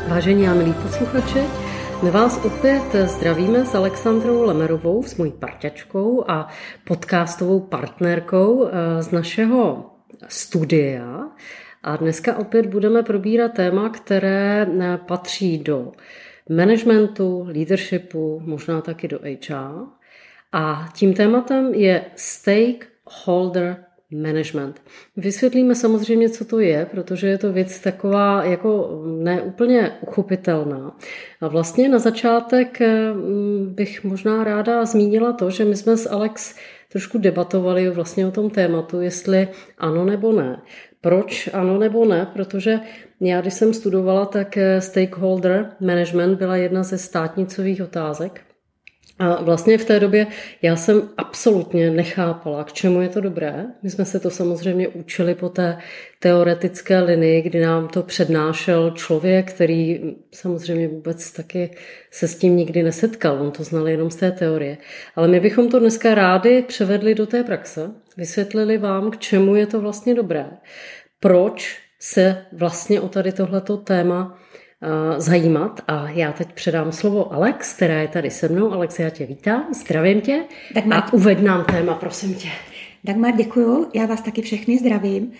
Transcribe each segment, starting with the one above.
Vážení a milí posluchači, my vás opět zdravíme s Alexandrou Lemerovou, s mojí parťačkou a podcastovou partnerkou z našeho studia. A dneska opět budeme probírat téma, které patří do managementu, leadershipu, možná taky do HR. A tím tématem je stakeholder management. Vysvětlíme samozřejmě, co to je, protože je to věc taková jako neúplně uchopitelná. A vlastně na začátek bych možná ráda zmínila to, že my jsme s Alex trošku debatovali vlastně o tom tématu, jestli ano nebo ne. Proč ano nebo ne? Protože já, když jsem studovala, tak stakeholder management byla jedna ze státnicových otázek. A vlastně v té době já jsem absolutně nechápala, k čemu je to dobré. My jsme se to samozřejmě učili po té teoretické linii, kdy nám to přednášel člověk, který samozřejmě vůbec taky se s tím nikdy nesetkal. On to znal jenom z té teorie. Ale my bychom to dneska rádi převedli do té praxe, vysvětlili vám, k čemu je to vlastně dobré. Proč se vlastně o tady tohleto téma zajímat. A já teď předám slovo Alex, která je tady se mnou. Alex, já tě vítám, zdravím tě a uveď nám téma, prosím tě. Dagmar, děkuju, já vás taky všechny zdravím.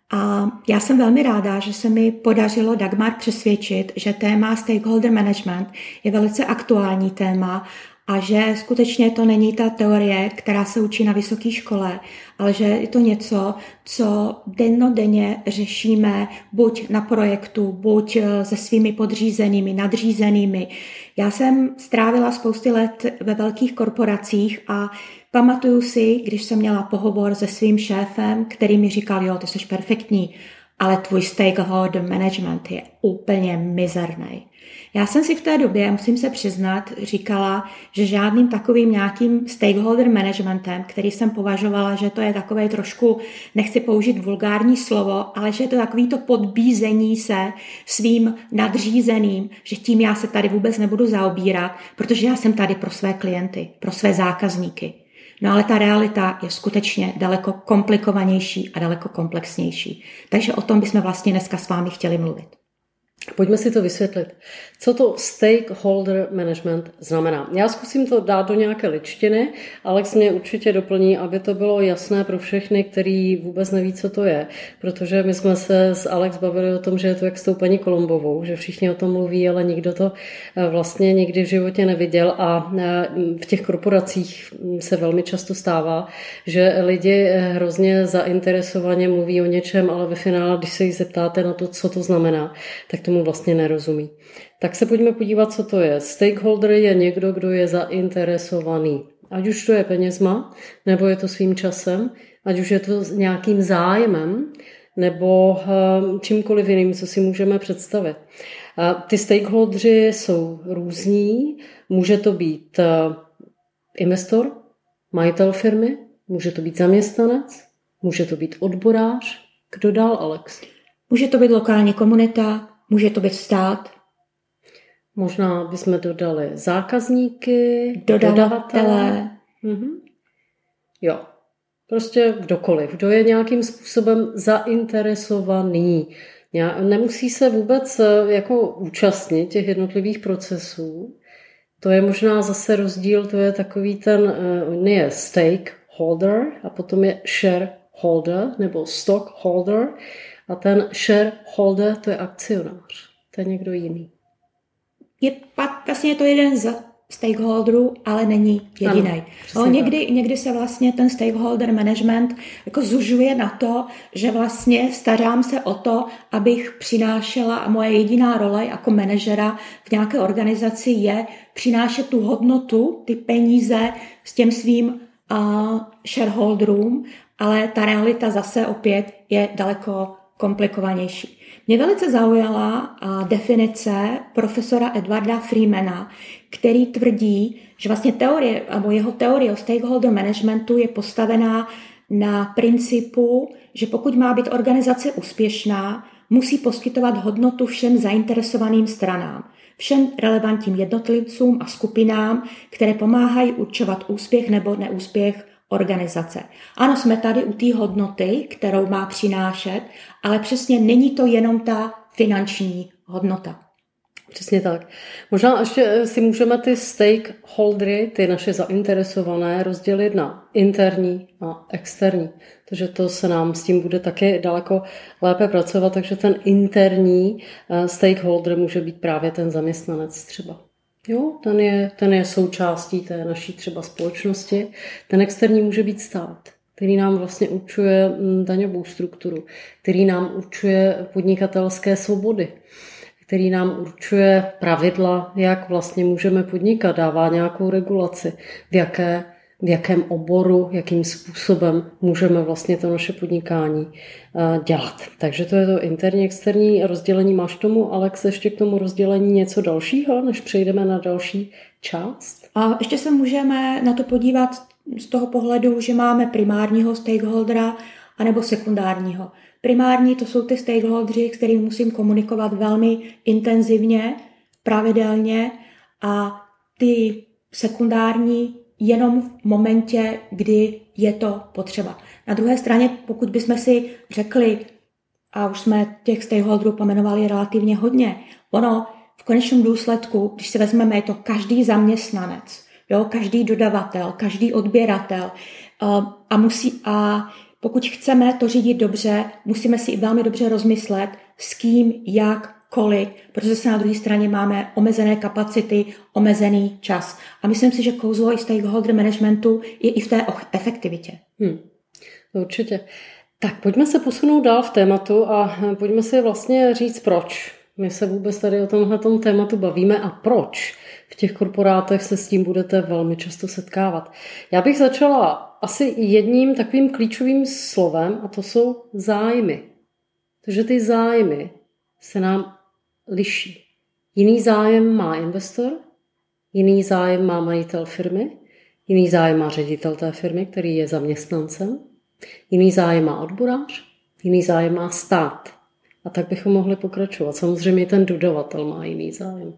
A já jsem velmi ráda, že se mi podařilo Dagmar přesvědčit, že téma stakeholder management je velice aktuální téma a že skutečně to není ta teorie, která se učí na vysoké škole, ale že je to něco, co dennodenně řešíme buď na projektu, buď se svými podřízenými, nadřízenými. Já jsem strávila spousty let ve velkých korporacích a pamatuju si, když jsem měla pohovor se svým šéfem, který mi říkal, jo, ty jsi perfektní, ale tvůj stakeholder management je úplně mizerný. Já jsem si v té době, musím se přiznat, říkala, že žádným takovým nějakým stakeholder managementem, který jsem považovala, že to je takové trošku, nechci použít vulgární slovo, ale že je to takový to podbízení se svým nadřízeným, že tím já se tady vůbec nebudu zaobírat, protože já jsem tady pro své klienty, pro své zákazníky. No ale ta realita je skutečně daleko komplikovanější a daleko komplexnější. Takže o tom bychom vlastně dneska s vámi chtěli mluvit. Pojďme si to vysvětlit. Co to stakeholder management znamená? Já zkusím to dát do nějaké ličtiny. Alex mě určitě doplní, aby to bylo jasné pro všechny, který vůbec neví, co to je. Protože my jsme se s Alex bavili o tom, že je to jak s tou paní Kolombovou, že všichni o tom mluví, ale nikdo to vlastně nikdy v životě neviděl. A v těch korporacích se velmi často stává, že lidi hrozně zainteresovaně mluví o něčem, ale ve finále, když se jich zeptáte na to, co to znamená, tak tomu vlastně nerozumí. Tak se pojďme podívat, co to je. Stakeholder je někdo, kdo je zainteresovaný. Ať už to je penězma, nebo je to svým časem, ať už je to nějakým zájmem, nebo čímkoliv jiným, co si můžeme představit. Ty stakeholdři jsou různí. Může to být investor, majitel firmy, může to být zaměstnanec, může to být odborář. Kdo dál, Alex? Může to být lokální komunita, může to být stát. Možná bychom dodali zákazníky, dodavatele. Jo, prostě kdokoliv, kdo je nějakým způsobem zainteresovaný. Nemusí se vůbec jako účastnit těch jednotlivých procesů. To je možná zase rozdíl, to je takový ten, je stakeholder a potom je shareholder nebo stockholder. A ten shareholder, to je akcionář. To je někdo jiný. Je pak vlastně to jeden z stakeholderů, ale není jediný. Někdy se vlastně ten stakeholder management jako zužuje na to, že vlastně starám se o to, abych přinášela, a moje jediná role jako manažera v nějaké organizaci je přinášet tu hodnotu, ty peníze s těm svým shareholderům, ale ta realita zase opět je daleko komplikovanější. Mě velice zaujala definice profesora Edwarda Freemana, který tvrdí, že vlastně jeho teorie o stakeholder managementu je postavená na principu, že pokud má být organizace úspěšná, musí poskytovat hodnotu všem zainteresovaným stranám, všem relevantním jednotlivcům a skupinám, které pomáhají určovat úspěch nebo neúspěch organizace. Ano, jsme tady u té hodnoty, kterou má přinášet, ale přesně není to jenom ta finanční hodnota. Přesně tak. Možná ještě si můžeme ty stakeholdery, ty naše zainteresované, rozdělit na interní a externí. Takže to se nám s tím bude taky daleko lépe pracovat. Takže ten interní stakeholder může být právě ten zaměstnanec třeba. Jo, ten je součástí té naší třeba společnosti. Ten externí může být stát, který nám vlastně určuje daňovou strukturu, který nám určuje podnikatelské svobody, který nám určuje pravidla, jak vlastně můžeme podnikat, dává nějakou regulaci, v jakém oboru, jakým způsobem můžeme vlastně to naše podnikání dělat. Takže to je to interní, externí rozdělení. Máš k tomu, Alex, ještě k tomu rozdělení něco dalšího, než přejdeme na další část? A ještě se můžeme na to podívat z toho pohledu, že máme primárního stakeholdera anebo sekundárního. Primární to jsou ty stakeholderi, s kterými musím komunikovat velmi intenzivně, pravidelně, a ty sekundární jenom v momentě, kdy je to potřeba. Na druhé straně, pokud bychom si řekli, a už jsme těch stakeholderů pomenovali relativně hodně, ono v konečném důsledku, když si vezmeme, je to každý zaměstnanec, jo, každý dodavatel, každý odběratel, a pokud chceme to řídit dobře, musíme si i velmi dobře rozmyslet, s kým, jak, kolik, protože se na druhé straně máme omezené kapacity, omezený čas. A myslím si, že kouzlo i stakeholder managementu je i v té efektivitě. Určitě. Tak pojďme se posunout dál v tématu a pojďme si vlastně říct, proč my se vůbec tady o tomhletom tématu bavíme a proč v těch korporátech se s tím budete velmi často setkávat. Já bych začala asi jedním takovým klíčovým slovem, a to jsou zájmy. Takže ty zájmy se nám liší. Jiný zájem má investor, jiný zájem má majitel firmy, jiný zájem má ředitel té firmy, který je zaměstnancem, jiný zájem má odborář, jiný zájem má stát. A tak bychom mohli pokračovat. Samozřejmě ten dodavatel má jiný zájem.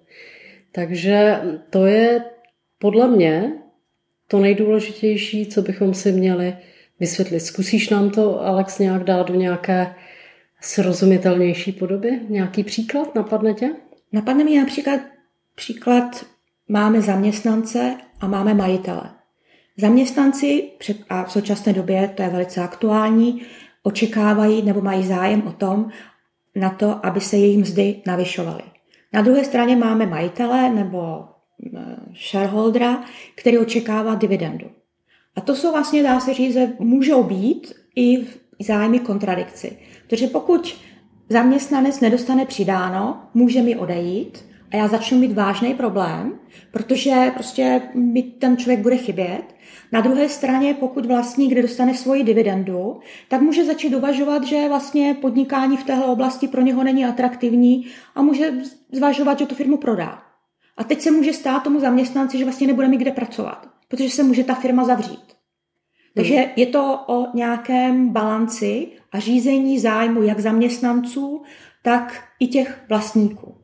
Takže to je podle mě to nejdůležitější, co bychom si měli vysvětlit. Zkusíš nám to, Alex, nějak dát do nějaké srozumitelnější podoby? Nějaký příklad napadne tě? Napadne mi například příklad, máme zaměstnance a máme majitele. Zaměstnanci, a v současné době to je velice aktuální, očekávají nebo mají zájem o tom, na to, aby se jejich mzdy navyšovaly. Na druhé straně máme majitele nebo shareholdera, který očekává dividendu. A to jsou vlastně, dá se říct, že můžou být i zájmy kontradikci. Protože pokud zaměstnanec nedostane přidáno, může mi odejít a já začnu mít vážný problém, protože prostě mi ten člověk bude chybět. Na druhé straně, pokud vlastník dostane svoji dividendu, tak může začít uvažovat, že vlastně podnikání v téhle oblasti pro něho není atraktivní a může zvažovat, že tu firmu prodá. A teď se může stát tomu zaměstnanci, že vlastně nebude mít kde pracovat, protože se může ta firma zavřít. Takže je to o nějakém balanci a řízení zájmu jak zaměstnanců, tak i těch vlastníků.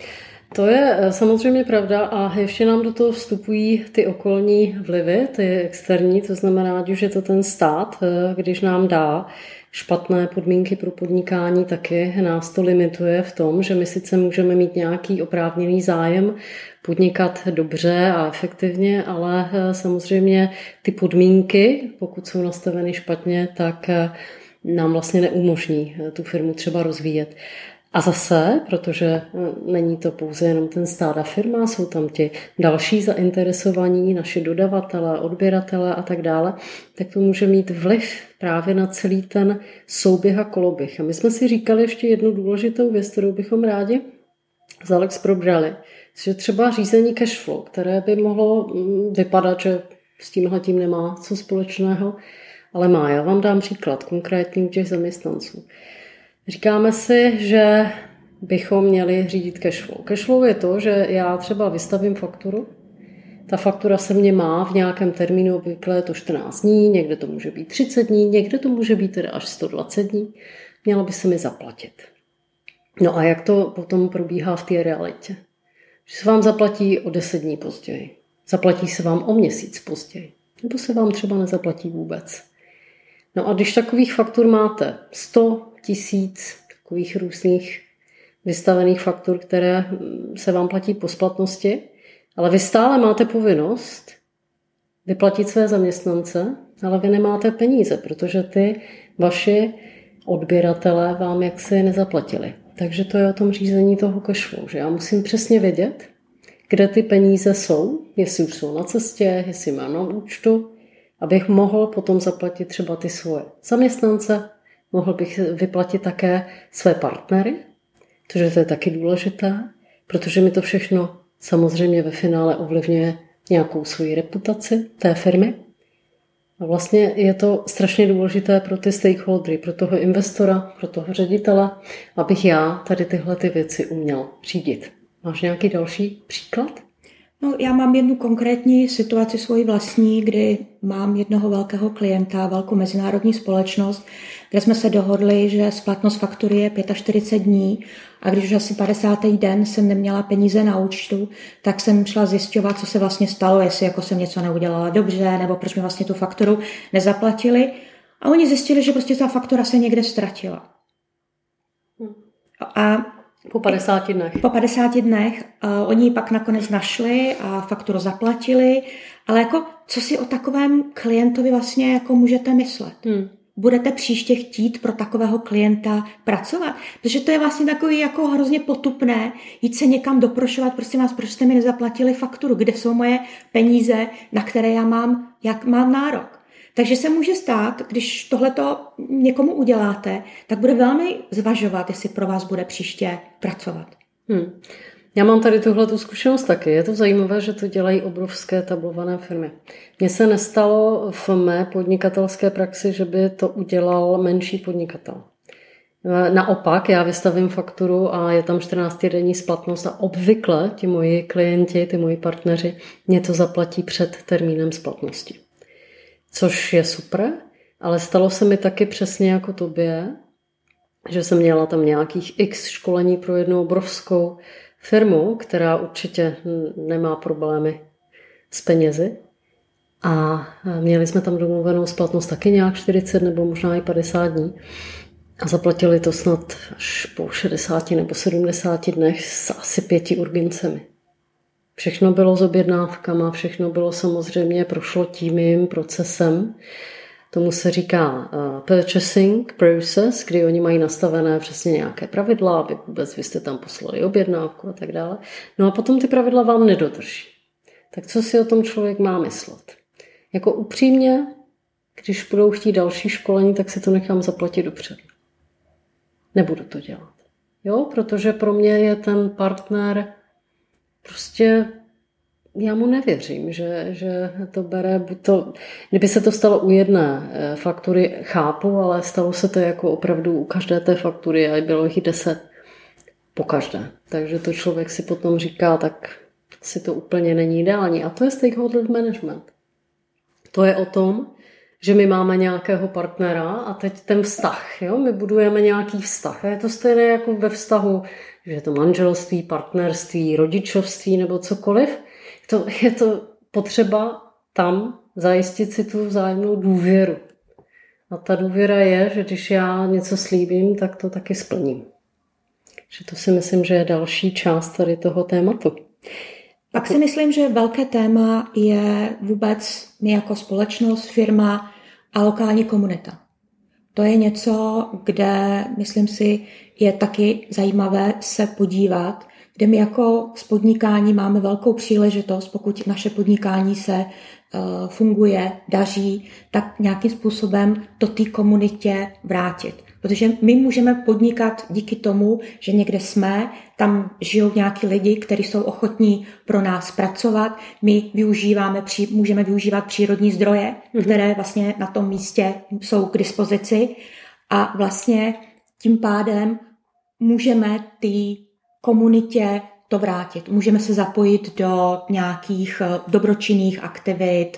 To je samozřejmě pravda a ještě nám do toho vstupují ty okolní vlivy, ty externí, to znamená, že je to ten stát, když nám dá špatné podmínky pro podnikání, taky nás to limituje v tom, že my sice můžeme mít nějaký oprávněný zájem podnikat dobře a efektivně, ale samozřejmě ty podmínky, pokud jsou nastaveny špatně, tak nám vlastně neumožní tu firmu třeba rozvíjet. A zase, protože není to pouze jenom ten stát a firma, jsou tam ti další zainteresovaní, naši dodavatelé, odběratelé a tak dále, tak to může mít vliv právě na celý ten souběh a koloběh. A my jsme si říkali ještě jednu důležitou věc, kterou bychom rádi z Alex probrali, že třeba řízení cash flow, které by mohlo vypadat, že s tímhletím nemá co společného, ale má. Já vám dám příklad konkrétní u těch zaměstnanců. Říkáme si, že bychom měli řídit cashflow. Cashflow je to, že já třeba vystavím fakturu. Ta faktura se mě má v nějakém termínu, obvykle je to 14 dní, někde to může být 30 dní, někde to může být teda až 120 dní. Měla by se mi zaplatit. No a jak to potom probíhá v té realitě? Že se vám zaplatí o 10 dní později. Zaplatí se vám o měsíc později. Nebo se vám třeba nezaplatí vůbec. No a když takových faktur máte 100 000 takových různých vystavených faktur, které se vám platí po splatnosti, ale vy stále máte povinnost vyplatit své zaměstnance, ale vy nemáte peníze, protože ty vaši odběratelé vám jaksi nezaplatili. Takže to je o tom řízení toho cashflow, že já musím přesně vědět, kde ty peníze jsou, jestli už jsou na cestě, jestli mám na účtu, abych mohl potom zaplatit třeba ty svoje zaměstnance, mohl bych vyplatit také své partnery, protože to je taky důležité, protože mi to všechno samozřejmě ve finále ovlivňuje nějakou svoji reputaci té firmy. A vlastně je to strašně důležité pro ty stakeholdery, pro toho investora, pro toho ředitele, abych já tady tyhle ty věci uměl řídit. Máš nějaký další příklad? No, já mám jednu konkrétní situaci svoji vlastní, kdy mám jednoho velkého klienta, velkou mezinárodní společnost, kde jsme se dohodli, že splatnost faktury je 45 dní a když už asi 50. den jsem neměla peníze na účtu, tak jsem šla zjišťovat, co se vlastně stalo, jestli jako jsem něco neudělala dobře, nebo proč mi vlastně tu fakturu nezaplatili. A oni zjistili, že prostě ta faktura se někde ztratila. A po 50 dnech. Po 50 dnech oni ji pak nakonec našli a fakturu zaplatili, ale jako co si o takovém klientovi vlastně jako můžete myslet? Budete příště chtít pro takového klienta pracovat? Protože to je vlastně takový jako hrozně potupné jít se někam doprošovat, prosím vás, proč jste mi nezaplatili fakturu, kde jsou moje peníze, na které já mám nárok. Takže se může stát, když tohleto někomu uděláte, tak bude velmi zvažovat, jestli pro vás bude příště pracovat. Já mám tady tuhletu zkušenost taky. Je to zajímavé, že to dělají obrovské tablované firmy. Mně se nestalo v mé podnikatelské praxi, že by to udělal menší podnikatel. Naopak, já vystavím fakturu a je tam 14denní splatnost a obvykle ti moji klienti, ty moji partneři mě to zaplatí před termínem splatnosti. Což je super, ale stalo se mi taky přesně jako tobě, že jsem měla tam nějakých x školení pro jednu obrovskou firmu, která určitě nemá problémy s penězi. A měli jsme tam domluvenou splatnost taky nějak 40 nebo možná i 50 dní. A zaplatili to snad až po 60 nebo 70 dnech s asi 5 urgencemi. Všechno bylo s objednávkama, všechno bylo samozřejmě, prošlo tím mým procesem. Tomu se říká purchasing process, kdy oni mají nastavené přesně nějaké pravidla, aby vůbec vy jste tam poslali objednávku a tak dále. No a potom ty pravidla vám nedodrží. Tak co si o tom člověk má myslet? Jako upřímně, když budou chtít další školení, tak si to nechám zaplatit dopředu. Nebudu to dělat. Jo, protože pro mě je ten partner prostě, já mu nevěřím, že to bere, kdyby se to stalo u jedné faktury, chápu, ale stalo se to jako opravdu u každé té faktury a bylo jich 10 po každé. Takže to člověk si potom říká, tak si to úplně není ideální. A to je stakeholder management. To je o tom, že my máme nějakého partnera a teď ten vztah, jo? My budujeme nějaký vztah. A je to stejné jako ve vztahu, že je to manželství, partnerství, rodičovství nebo cokoliv. Je to potřeba tam zajistit si tu vzájemnou důvěru. A ta důvěra je, že když já něco slíbím, tak to taky splním. Že to si myslím, že je další část tady toho tématu. Pak si myslím, že velké téma je vůbec my jako společnost, firma a lokální komunita. To je něco, kde, myslím si, je taky zajímavé se podívat, kde my jako s podnikání máme velkou příležitost, pokud naše podnikání se funguje, daří, tak nějakým způsobem to té komunitě vrátit. Protože my můžeme podnikat díky tomu, že někde jsme, tam žijou nějaký lidi, kteří jsou ochotní pro nás pracovat. My můžeme využívat přírodní zdroje, které vlastně na tom místě jsou k dispozici a vlastně tím pádem můžeme té komunitě to vrátit. Můžeme se zapojit do nějakých dobročinných aktivit,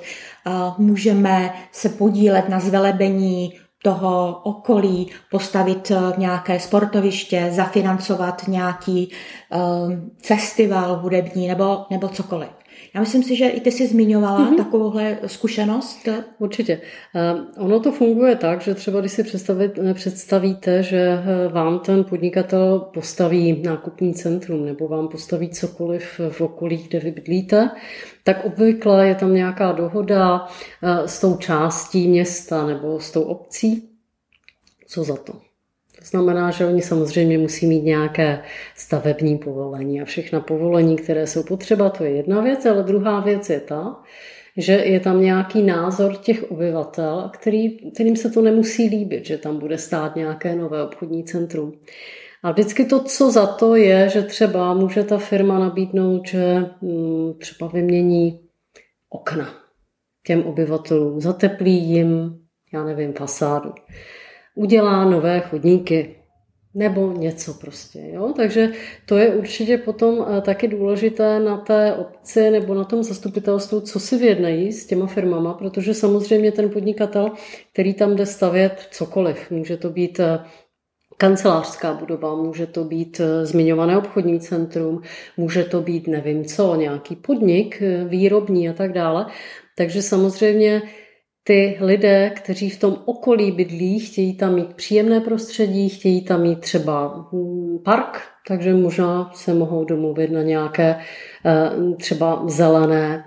můžeme se podílet na zvelebení toho okolí, postavit nějaké sportoviště, zafinancovat nějaký festival hudební nebo cokoliv. Já myslím si, že i ty jsi zmiňovala takovouhle zkušenost. Určitě. Ono to funguje tak, že třeba když si představíte, že vám ten podnikatel postaví nákupní centrum nebo vám postaví cokoliv v okolí, kde vy bydlíte, tak obvykle je tam nějaká dohoda s tou částí města nebo s tou obcí. Co za to? To znamená, že oni samozřejmě musí mít nějaké stavební povolení a všechna povolení, které jsou potřeba, to je jedna věc, ale druhá věc je ta, že je tam nějaký názor těch obyvatel, kterým se to nemusí líbit, že tam bude stát nějaké nové obchodní centrum. A vždycky to, co za to je, že třeba může ta firma nabídnout, že třeba vymění okna těm obyvatelům, zateplí jim, já nevím, fasádu. Udělá nové chodníky nebo něco prostě. Jo? Takže to je určitě potom taky důležité na té obci nebo na tom zastupitelstvu, co si vyjednají s těma firmama, protože samozřejmě ten podnikatel, který tam jde stavět cokoliv, může to být kancelářská budova, může to být zmiňované obchodní centrum, může to být nevím co, nějaký podnik výrobní a tak dále. Takže samozřejmě ty lidé, kteří v tom okolí bydlí, chtějí tam mít příjemné prostředí, chtějí tam mít třeba park, takže možná se mohou domluvit na nějaké třeba zelené,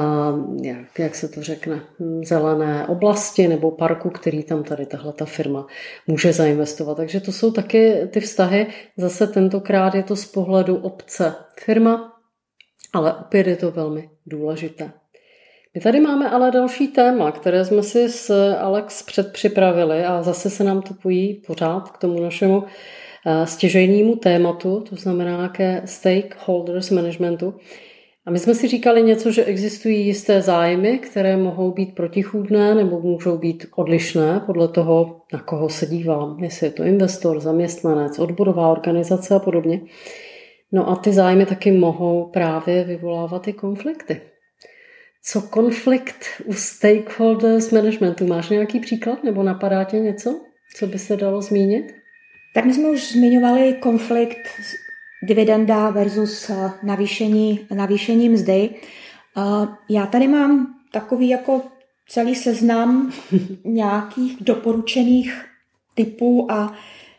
jak se to řekne, zelené oblasti nebo parku, který tam tady tahleta firma může zainvestovat. Takže to jsou taky ty vztahy, zase tentokrát je to z pohledu obce firma, ale opět je to velmi důležité. My tady máme ale další téma, které jsme si s Alex předpřipravili a zase se nám to pojí pořád k tomu našemu stěžejnímu tématu, to znamená ke stakeholders managementu. A my jsme si říkali něco, že existují jisté zájmy, které mohou být protichůdné nebo můžou být odlišné podle toho, na koho se dívám, jestli je to investor, zaměstnanec, odborová organizace a podobně. No a ty zájmy taky mohou právě vyvolávat i konflikty. Co konflikt u stakeholders managementu? Máš nějaký příklad nebo napadá tě něco, co by se dalo zmínit? Tak my jsme už zmiňovali konflikt dividenda versus navýšení mzdy. Já tady mám takový jako celý seznam nějakých doporučených typů a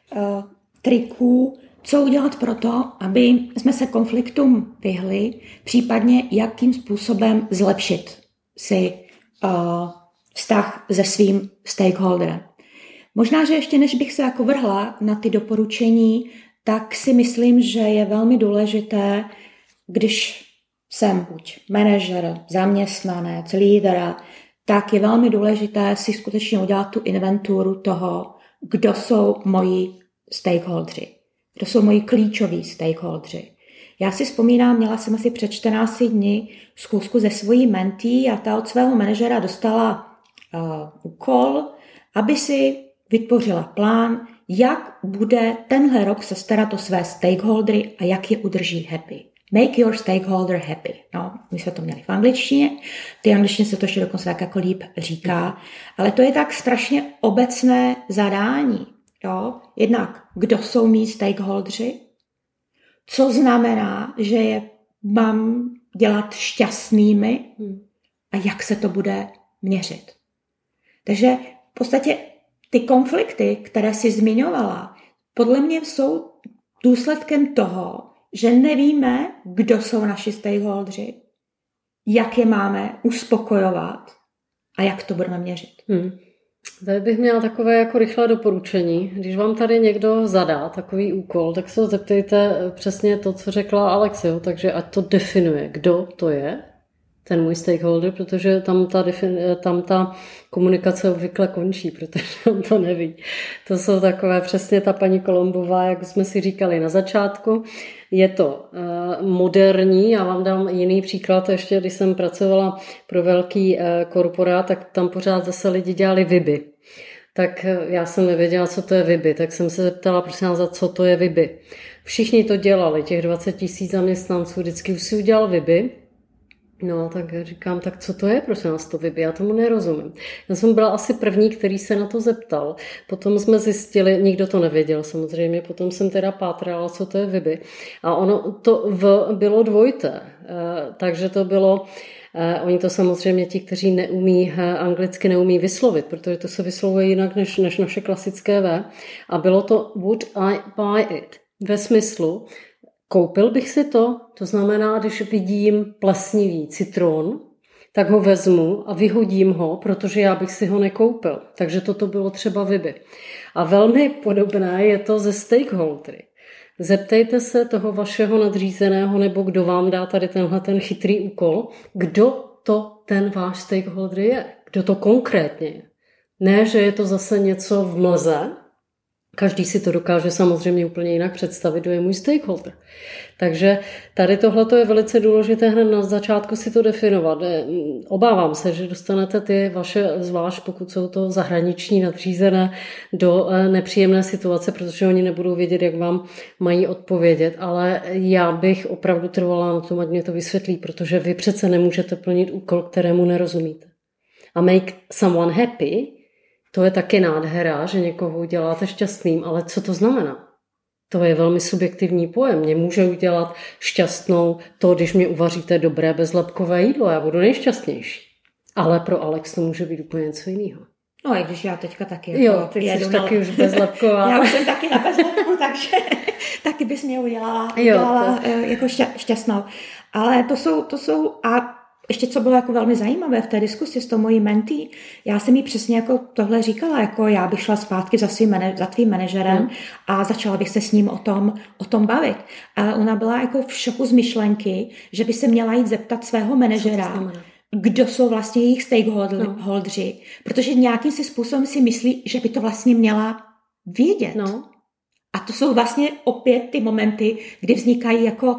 triků, co udělat pro to, aby jsme se konfliktům vyhli, případně jakým způsobem zlepšit si vztah se svým stakeholderem. Možná, že ještě než bych se jako vrhla na ty doporučení, tak si myslím, že je velmi důležité, když jsem buď manažer, zaměstnanec, lídr, tak je velmi důležité si skutečně udělat tu inventuru toho, kdo jsou moji stakeholdři. Kdo jsou moji klíčoví stakeholdři. Já si vzpomínám, měla jsem asi před 14 dny schůzku se svojí mentí a ta od svého manažera dostala úkol, aby si vytvořila plán, jak bude tenhle rok se starat o své stakeholdery a jak je udrží happy. Make your stakeholder happy. No, my jsme to měli v angličtině, ty angličtině se to ještě dokonce tak jako líp říká, ale to je tak strašně obecné zadání. Jo? Jednak, kdo jsou mý stakeholdři, co znamená, že je mám dělat šťastnými a jak se to bude měřit. Takže v podstatě ty konflikty, které jsi zmiňovala, podle mě jsou důsledkem toho, že nevíme, kdo jsou naši stakeholdři, jak je máme uspokojovat a jak to budeme měřit. Tady bych měla takové jako rychlé doporučení. Když vám tady někdo zadá takový úkol, tak se zeptejte přesně to, co řekla Alex, jo? Takže ať to definuje, kdo to je, ten můj stakeholder, protože tam ta komunikace obvykle končí, protože on to neví. To jsou takové přesně ta paní Kolombová, jak jsme si říkali na začátku. Je to moderní, já vám dám jiný příklad, ještě když jsem pracovala pro velký korporát, tak tam pořád zase lidi dělali VIBy. Tak já jsem nevěděla, co to je VIBy, tak jsem se zeptala, prosím vás, za co to je VIBy. Všichni to dělali, těch 20 000 zaměstnanců, vždycky už si udělal VIBy, No, tak říkám, tak co to je, prosím nás to VIBy? Já tomu nerozumím. Já jsem byla asi první, který se na to zeptal. Potom jsme zjistili, nikdo to nevěděl samozřejmě, potom jsem teda pátrala, co to je VIBy. A ono to bylo dvojité, takže to bylo, oni to samozřejmě ti, kteří neumí anglicky, neumí vyslovit, protože to se vyslovuje jinak než naše klasické V. A bylo to would I buy it? Ve smyslu, koupil bych si to, to znamená, když vidím plesnivý citron, tak ho vezmu a vyhodím ho, protože já bych si ho nekoupil. Takže toto bylo třeba VIBy. A velmi podobné je to ze stakeholdery. Zeptejte se toho vašeho nadřízeného, nebo kdo vám dá tady tenhle ten chytrý úkol, kdo to ten váš stakeholder je, kdo to konkrétně je. Ne, že je to zase něco v mlze, každý si to dokáže samozřejmě úplně jinak představit, kdo je můj stakeholder. Takže tady tohle je velice důležité hned na začátku si to definovat. Obávám se, že dostanete ty vaše, zvlášť pokud jsou to zahraniční nadřízené, do nepříjemné situace, protože oni nebudou vědět, jak vám mají odpovědět, ale já bych opravdu trvala na tom, ať mě to vysvětlí, protože vy přece nemůžete plnit úkol, kterému nerozumíte. A make someone happy, to je taky nádhera, že někoho uděláte šťastným, ale co to znamená? To je velmi subjektivní pojem. Mě může udělat šťastnou to, když mě uvaříte dobré bezlepkové jídlo, já budu nejšťastnější. Ale pro Alex to může být úplně něco jiného. No, i když já teďka taky. Jo, ty jsi taky už bezlepková. Já už jsem taky na bezlepku, takže taky bys mě udělala jako šťastnou. Ale to jsou a ještě co bylo jako velmi zajímavé v té diskusi s tou mojí mentí, já jsem jí přesně jako tohle říkala, jako já bych šla zpátky za tvým manažerem a začala bych se s ním o tom bavit. A ona byla jako v šoku z myšlenky, že by se měla jít zeptat svého manažera, kdo jsou vlastně jejich stakeholdři, protože nějakým způsobem si myslí, že by to vlastně měla vědět. No. A to jsou vlastně opět ty momenty, kdy vznikají jako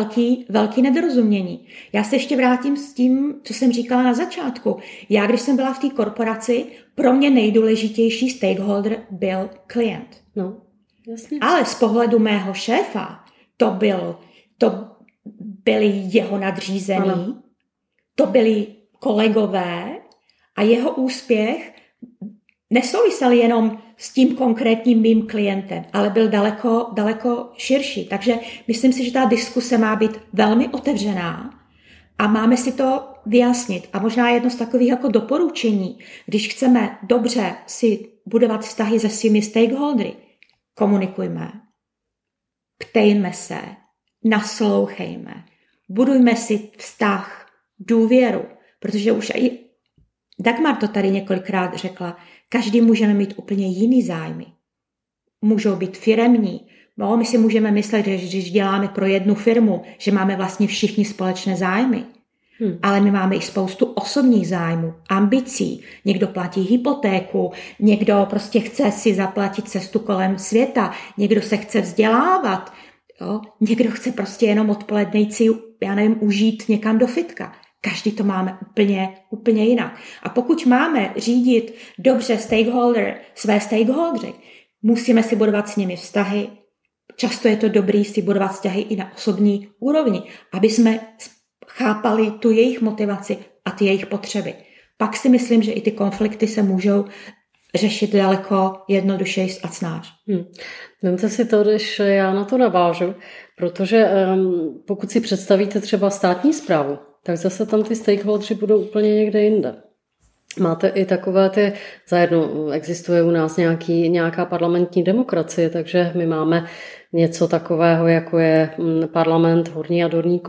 velký nedorozumění. Já se ještě vrátím s tím, co jsem říkala na začátku. Já, když jsem byla v té korporaci, pro mě nejdůležitější stakeholder byl klient. No, jasně. Ale z pohledu mého šéfa to byli jeho nadřízení, ano. To byli kolegové a jeho úspěch nesouvisel jenom s tím konkrétním mým klientem, ale byl daleko širší. Takže myslím si, že ta diskuse má být velmi otevřená a máme si to vyjasnit. A možná jedno z takových jako doporučení, když chceme dobře si budovat vztahy se svými stakeholdery, komunikujme, ptejme se, naslouchejme, budujme si vztah, důvěru, protože už i Dagmar to tady několikrát řekla, každý můžeme mít úplně jiný zájmy. Můžou být firemní. No, my si můžeme myslet, že když děláme pro jednu firmu, že máme vlastně všichni společné zájmy. Ale my máme i spoustu osobních zájmů, ambicí. Někdo platí hypotéku, někdo prostě chce si zaplatit cestu kolem světa, někdo se chce vzdělávat, jo? Někdo chce prostě jenom odpoledne jít si, užít někam do fitka. Každý to máme úplně jinak. A pokud máme řídit dobře své stakeholdery, musíme si budovat s nimi vztahy. Často je to dobrý si budovat vztahy i na osobní úrovni, aby jsme chápali tu jejich motivaci a ty jejich potřeby. Pak si myslím, že i ty konflikty se můžou řešit daleko jednodušeji a snáž. Vemte si to, když já na to navážu, protože pokud si představíte třeba státní správu, tak zase tam ty stakeholdři budou úplně někde jinde. Máte i takové ty, zajedno existuje u nás nějaká parlamentní demokracie, takže my máme něco takového, jako je parlament, horní a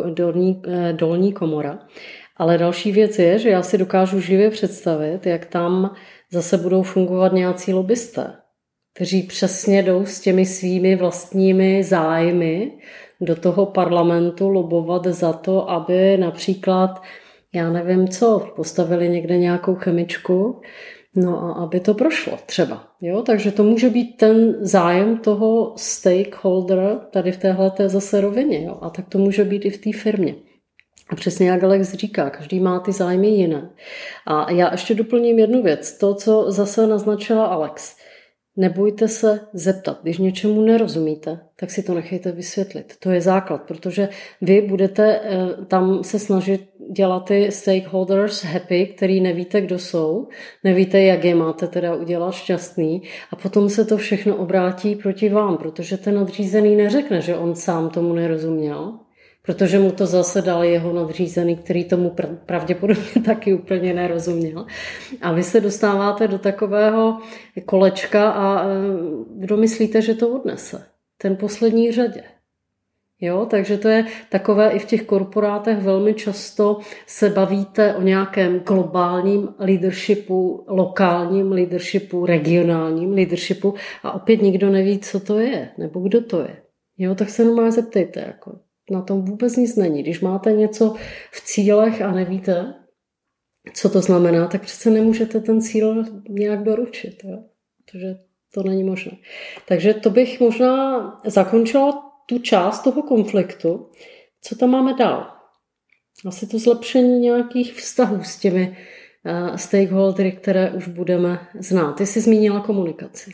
dolní komora. Ale další věc je, že já si dokážu živě představit, jak tam zase budou fungovat nějací lobbysté, kteří přesně jdou s těmi svými vlastními zájmy do toho parlamentu lobovat za to, aby například, já nevím co, postavili někde nějakou chemičku, no a aby to prošlo třeba. Jo? Takže to může být ten zájem toho stakeholdera tady v téhleté zase rovině. Jo? A tak to může být i v té firmě. A přesně jak Alex říká, každý má ty zájmy jiné. A já ještě doplním jednu věc. To, co zase naznačila Alex. Nebojte se zeptat. Když něčemu nerozumíte, tak si to nechejte vysvětlit. To je základ, protože vy budete tam se snažit dělat ty stakeholders happy, který nevíte, kdo jsou, nevíte, jak je máte teda udělat šťastný a potom se to všechno obrátí proti vám, protože ten nadřízený neřekne, že on sám tomu nerozuměl, protože mu to zase dal jeho nadřízený, který tomu pravděpodobně taky úplně nerozuměl. A vy se dostáváte do takového kolečka a kdo myslíte, že to odnese? Ten poslední řadě. Jo, takže to je takové i v těch korporátech velmi často se bavíte o nějakém globálním leadershipu, lokálním leadershipu, regionálním leadershipu a opět nikdo neví, co to je, nebo kdo to je. Jo, tak se normálně zeptejte, jako na tom vůbec nic není. Když máte něco v cílech a nevíte, co to znamená, tak přece nemůžete ten cíl nějak doručit, jo? Protože to není možné. Takže to bych možná zakončila tu část toho konfliktu. Co tam máme dál? Asi to zlepšení nějakých vztahů s těmi stakeholdery, které už budeme znát. Ty jsi zmínila komunikaci.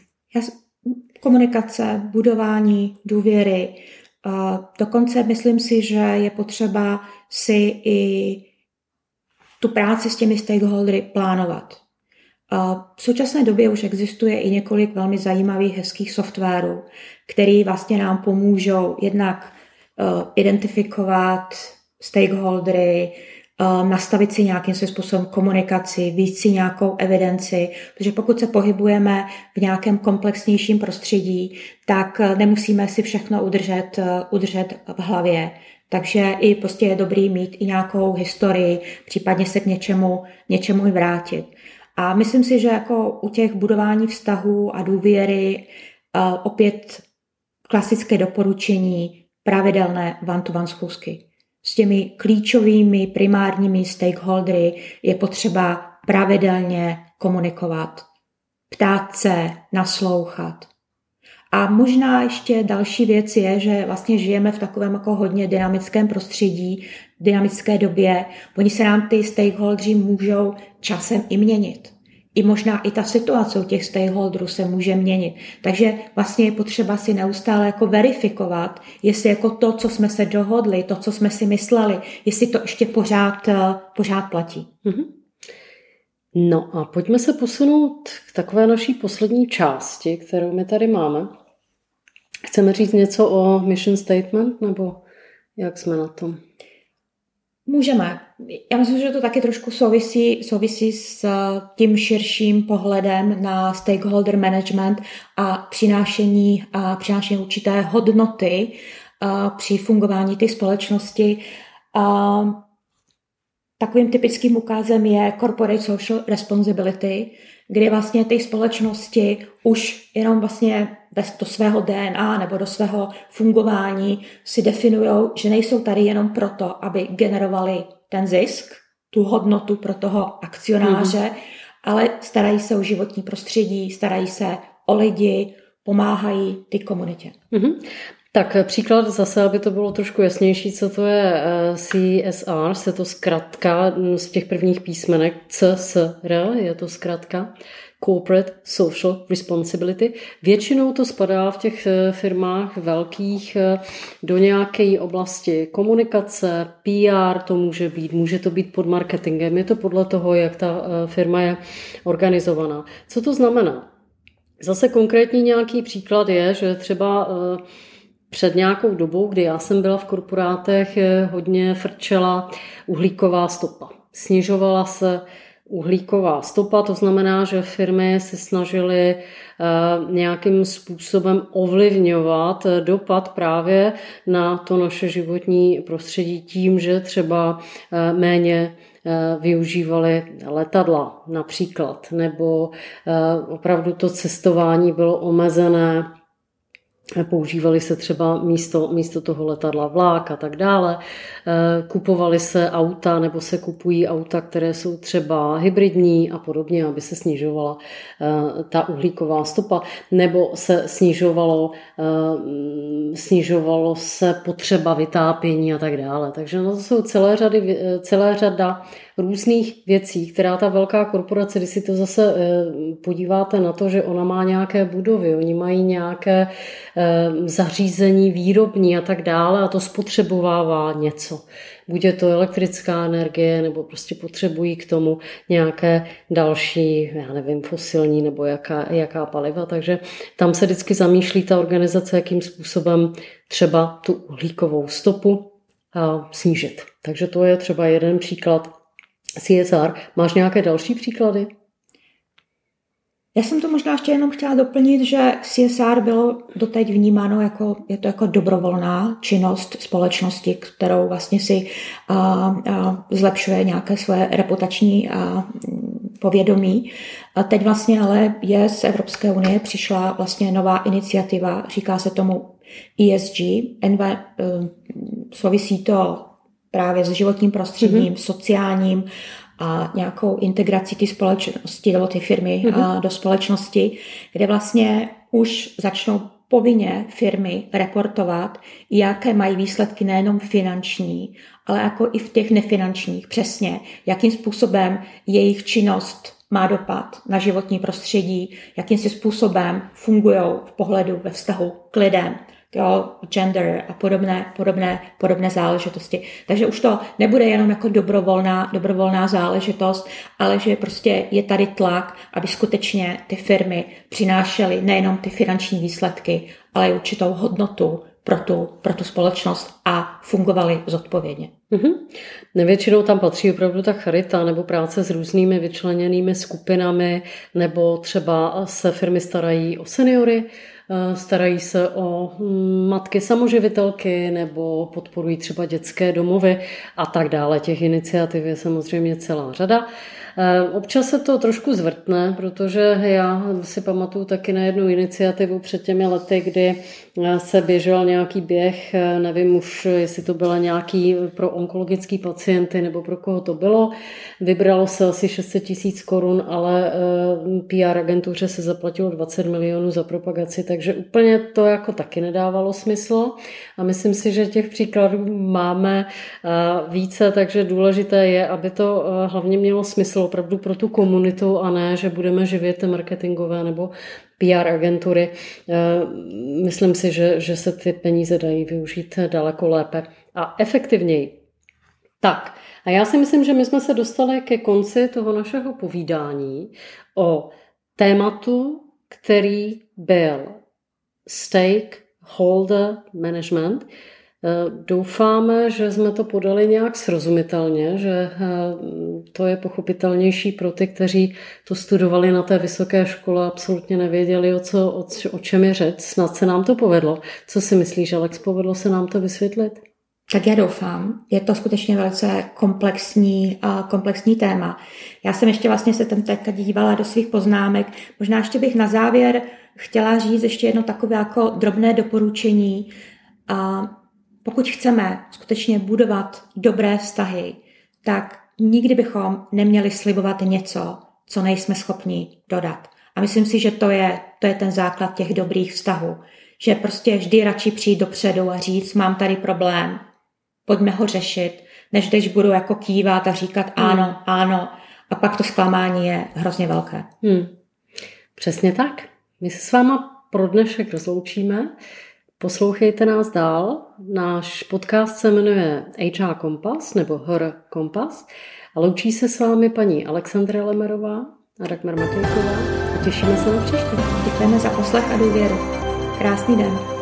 Komunikace, budování důvěry. Dokonce myslím si, že je potřeba si i tu práci s těmi stakeholdery plánovat. V současné době už existuje i několik velmi zajímavých, hezkých softwarů, které vlastně nám pomůžou jednak identifikovat stakeholdery, nastavit si nějakým svým způsobem komunikaci, víc si nějakou evidenci, protože pokud se pohybujeme v nějakém komplexnějším prostředí, tak nemusíme si všechno udržet v hlavě. Takže i prostě je dobrý mít i nějakou historii, případně se k něčemu i vrátit. A myslím si, že jako u těch budování vztahů a důvěry opět klasické doporučení pravidelné one-to-one schůzky. S těmi klíčovými primárními stakeholdery je potřeba pravidelně komunikovat, ptát se, naslouchat. A možná ještě další věc je, že vlastně žijeme v takovém jako hodně dynamickém prostředí, dynamické době. Oni se nám ty stakeholderi můžou časem i měnit. I možná i ta situace u těch stakeholderů se může měnit. Takže vlastně je potřeba si neustále jako verifikovat, jestli jako to, co jsme se dohodli, to, co jsme si mysleli, jestli to ještě pořád platí. Mm-hmm. No a pojďme se posunout k takové naší poslední části, kterou my tady máme. Chceme říct něco o mission statement, nebo jak jsme na tom? Můžeme. Já myslím, že to taky trošku souvisí s tím širším pohledem na stakeholder management a přinášení určité hodnoty při fungování té společnosti. Takovým typickým ukázem je corporate social responsibility, kdy vlastně ty společnosti už jenom vlastně do svého DNA nebo do svého fungování si definujou, že nejsou tady jenom proto, aby generovali ten zisk, tu hodnotu pro toho akcionáře, ale starají se o životní prostředí, starají se o lidi, pomáhají ty komunitě. Tak příklad zase, aby to bylo trošku jasnější, co to je CSR, se to zkratka z těch prvních písmenek CSR, je to zkratka Corporate Social Responsibility. Většinou to spadá v těch firmách velkých do nějaké oblasti komunikace, PR to může to být pod marketingem, je to podle toho, jak ta firma je organizovaná. Co to znamená? Zase konkrétní nějaký příklad je, že třeba před nějakou dobou, kdy já jsem byla v korporátech, hodně frčela uhlíková stopa. Snižovala se uhlíková stopa, to znamená, že firmy se snažily nějakým způsobem ovlivňovat dopad právě na to naše životní prostředí tím, že třeba méně využívali letadla například, nebo opravdu to cestování bylo omezené, používali se třeba místo toho letadla vlák a tak dále. Kupovali se auta nebo se kupují auta, které jsou třeba hybridní a podobně, aby se snižovala ta uhlíková stopa, nebo se snižovalo se potřeba vytápění a tak dále. Takže to jsou celé řada různých věcí, která ta velká korporace, když si to zase podíváte na to, že ona má nějaké budovy, oni mají nějaké zařízení výrobní a tak dále a to spotřebovává něco. Buď je to elektrická energie, nebo prostě potřebují k tomu nějaké další, já nevím, fosilní nebo jaká paliva. Takže tam se vždycky zamýšlí ta organizace, jakým způsobem třeba tu uhlíkovou stopu snížit. Takže to je třeba jeden příklad CSR. Máš nějaké další příklady? Já jsem to možná ještě jenom chtěla doplnit, že CSR bylo doteď vnímáno je to jako dobrovolná činnost společnosti, kterou vlastně si zlepšuje nějaké svoje reputační povědomí. A teď vlastně ale z Evropské unie přišla vlastně nová iniciativa, říká se tomu ESG, souvisí to právě s životním prostředím, sociálním a nějakou integrací ty společnosti nebo ty firmy do společnosti, kde vlastně už začnou povinně firmy reportovat, jaké mají výsledky nejenom finanční, ale jako i v těch nefinančních. Přesně, jakým způsobem jejich činnost má dopad na životní prostředí, jakým způsobem fungují v pohledu ve vztahu k lidem, gender a podobné záležitosti. Takže už to nebude jenom jako dobrovolná záležitost, ale že prostě je tady tlak, aby skutečně ty firmy přinášely nejenom ty finanční výsledky, ale i určitou hodnotu pro tu společnost a fungovaly zodpovědně. Většinou tam patří opravdu ta charita nebo práce s různými vyčleněnými skupinami, nebo třeba se firmy starají o seniory, starají se o matky samoživitelky nebo podporují třeba dětské domovy a tak dále. Těch iniciativ je samozřejmě celá řada. Občas se to trošku zvrtne, protože já si pamatuju taky na jednu iniciativu před těmi lety, kdy se běžel nějaký běh, nevím už, jestli to byla nějaký pro onkologický pacienty nebo pro koho to bylo. Vybralo se asi 600 000 korun, ale PR agentuře se zaplatilo 20 milionů za propagaci, takže úplně to jako taky nedávalo smysl a myslím si, že těch příkladů máme více, takže důležité je, aby to hlavně mělo smysl opravdu pro tu komunitu a ne, že budeme živit marketingové nebo PR agentury. Myslím si, že se ty peníze dají využít daleko lépe a efektivněji. Tak, a já si myslím, že my jsme se dostali ke konci toho našeho povídání o tématu, který byl stakeholder management. Doufáme, že jsme to podali nějak srozumitelně, že to je pochopitelnější pro ty, kteří to studovali na té vysoké škole a absolutně nevěděli, o čem je řeč. Snad se nám to povedlo. Co si myslíš, Alex, povedlo se nám to vysvětlit? Tak já doufám. Je to skutečně velice komplexní téma. Já jsem ještě vlastně se tam teď dívala do svých poznámek. Možná ještě bych na závěr chtěla říct ještě jedno takové jako drobné doporučení. Pokud chceme skutečně budovat dobré vztahy, tak nikdy bychom neměli slibovat něco, co nejsme schopni dodat. A myslím si, že to je ten základ těch dobrých vztahů. Že prostě vždy radši přijít dopředu a říct, mám tady problém, pojďme ho řešit, než když budu jako kývat a říkat ano. A pak to zklamání je hrozně velké. Přesně tak. My se s váma pro dnešek rozloučíme. Poslouchejte nás dál. Náš podcast se jmenuje HR Kompas nebo HR Kompas a loučí se s vámi paní Alexandra Lemerová a Dagmar Matějková a těšíme se na příště. Děkujeme za poslech a důvěru. Krásný den.